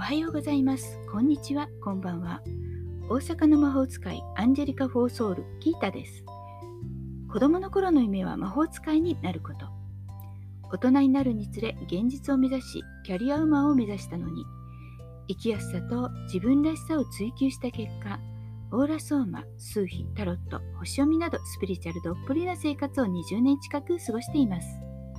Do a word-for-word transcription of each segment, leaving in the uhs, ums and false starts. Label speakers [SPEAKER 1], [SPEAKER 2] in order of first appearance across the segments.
[SPEAKER 1] はようございます。こんにちは、こんばんは。大阪の魔法使いアンジェリカ・フォーソール・ギータです。子供の頃の夢は魔法使いになること。大人になるにつれ現実を目指し、キャリアウーマンを目指したのに、生きやすさと自分らしさを追求した結果、オーラソーマ、数秘、タロット、星読みなどスピリチュアルどっぷりな生活をにじゅうねん近く過ごしています。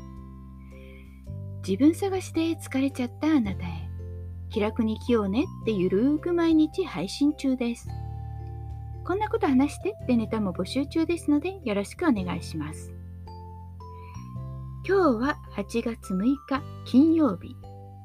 [SPEAKER 1] 自分探しで疲れちゃったあなたへ、気楽に生きようねってゆるーく毎日配信中です。こんなこと話してってネタも募集中ですのでよろしくお願いします。今日ははちがつむいか金曜日。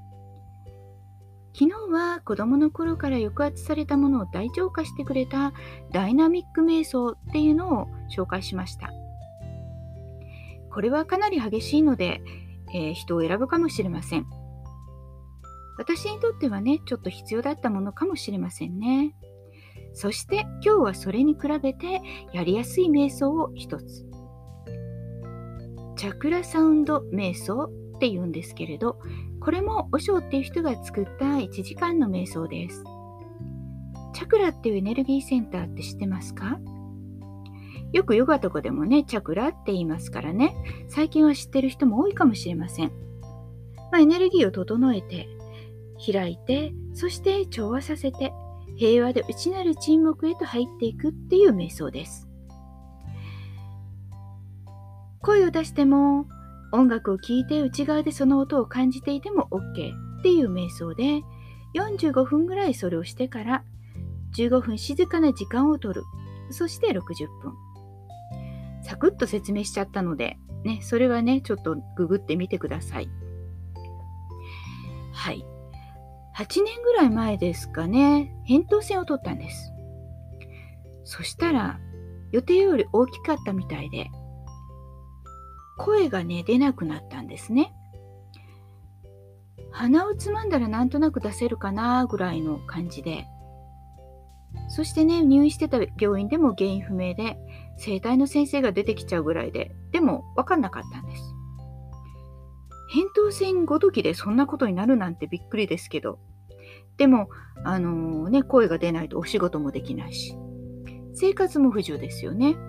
[SPEAKER 1] 昨日は子供の頃から抑圧されたものを大浄化してくれたダイナミック瞑想っていうのを紹介しました。これはかなり激しいので、えー、人を選ぶかもしれません。私にとってはね、ちょっと必要だったものかもしれませんね。そして今日はそれに比べてやりやすい瞑想を一つ。チャクラサウンド瞑想って言うんですけれど、これもオショーっていう人が作ったいちじかんの瞑想です。チャクラっていうエネルギーセンターって知ってますか？よくヨガとかでもね、チャクラって言いますからね、最近は知ってる人も多いかもしれません。まあ、エネルギーを整えて、開いて、そして調和させて、平和で内なる沈黙へと入っていくっていう瞑想です。声を出しても、音楽を聴いて内側でその音を感じていても OK っていう瞑想で、よんじゅうごふんぐらいそれをしてから、じゅうごふん静かな時間を取る。そしてろくじゅっぷん。サクッと説明しちゃったので、ね、それはね、ちょっとググってみてください。はい。はちねんぐらい前ですかね、扁桃腺を取ったんです。そしたら、予定より大きかったみたいで、声がね、出なくなったんですね。鼻をつまんだらなんとなく出せるかなぐらいの感じで、そしてね、入院してた病院でも原因不明で、整体の先生が出てきちゃうぐらいで、でも分かんなかったんです。扁桃腺ごときでそんなことになるなんてびっくりですけど、でも、あのーね、声が出ないとお仕事もできないし、生活も不自由ですよね。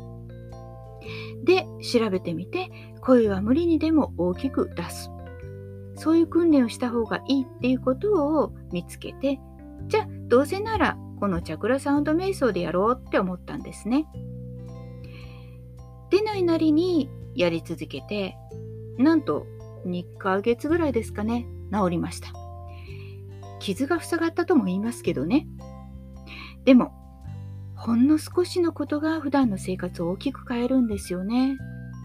[SPEAKER 1] で、調べてみて、声は無理にでも大きく出す。そういう訓練をした方がいいっていうことを見つけて、じゃあどうせならこのチャクラサウンド瞑想でやろうって思ったんですね。出ないなりにやり続けて、なんとにかげつぐらいですかね、治りました。傷が塞がったとも言いますけどね。でも、ほんの少しのことが普段の生活を大きく変えるんですよね。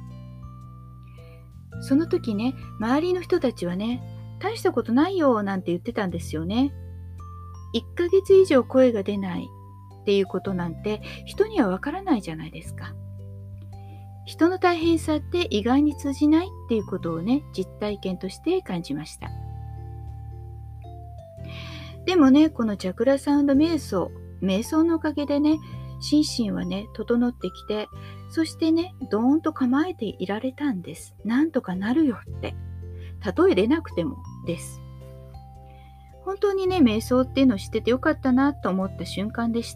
[SPEAKER 1] その時ね、周りの人たちはね、大したことないよなんて言ってたんですよね。いっかげつ以上声が出ないっていうことなんて人にはわからないじゃないですか。人の大変さって意外に通じないっていうことをね、実体験として感じました。でもね、このチャクラサウンド瞑想、瞑想のおかげでね、心身はね、整ってきて、そしてね、ドーンと構えていられたんです。なんとかなるよって。たとえ出なくてもです。本当にね、瞑想っていうのを知っててよかったなと思った瞬間でした。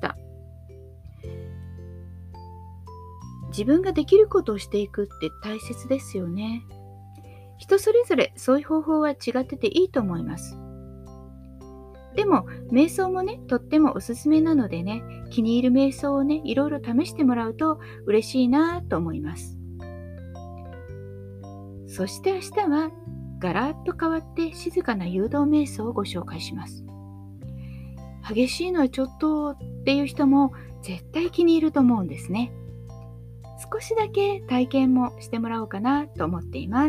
[SPEAKER 1] 自分ができることをしていくって大切ですよね。人それぞれそういう方法は違ってていいと思います。でも、瞑想もね、とってもおすすめなのでね、気に入る瞑想をね、いろいろ試してもらうと嬉しいなと思います。そして明日は、ガラッと変わって静かな誘導瞑想をご紹介します。激しいのはちょっとっていう人も絶対気に入ると思うんですね。少しだけ体験もしてもらおうかなと思っています。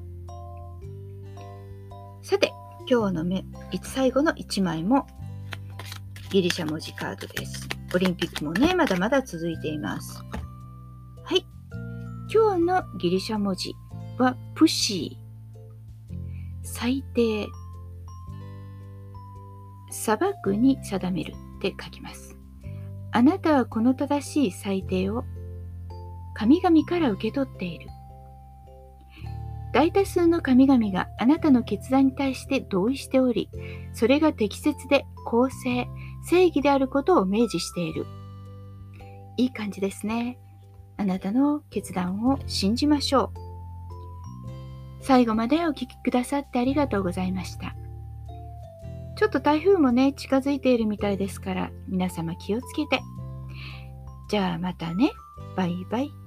[SPEAKER 1] さて、今日のめ最後のいちまいもギリシャ文字カードです。オリンピックもね、まだまだ続いています。はい。今日のギリシャ文字はプシー。最低。裁くに定めるって書きます。あなたはこの正しい裁定を神々から受け取っている。 大多数の神々があなたの決断に対して同意しており、それが適切で公正、正義であることを明示している。いい感じですね。あなたの決断を信じましょう。最後までお聞きくださってありがとうございました。ちょっと台風もね、近づいているみたいですから、皆様気をつけて。じゃあまたね。バイバイ。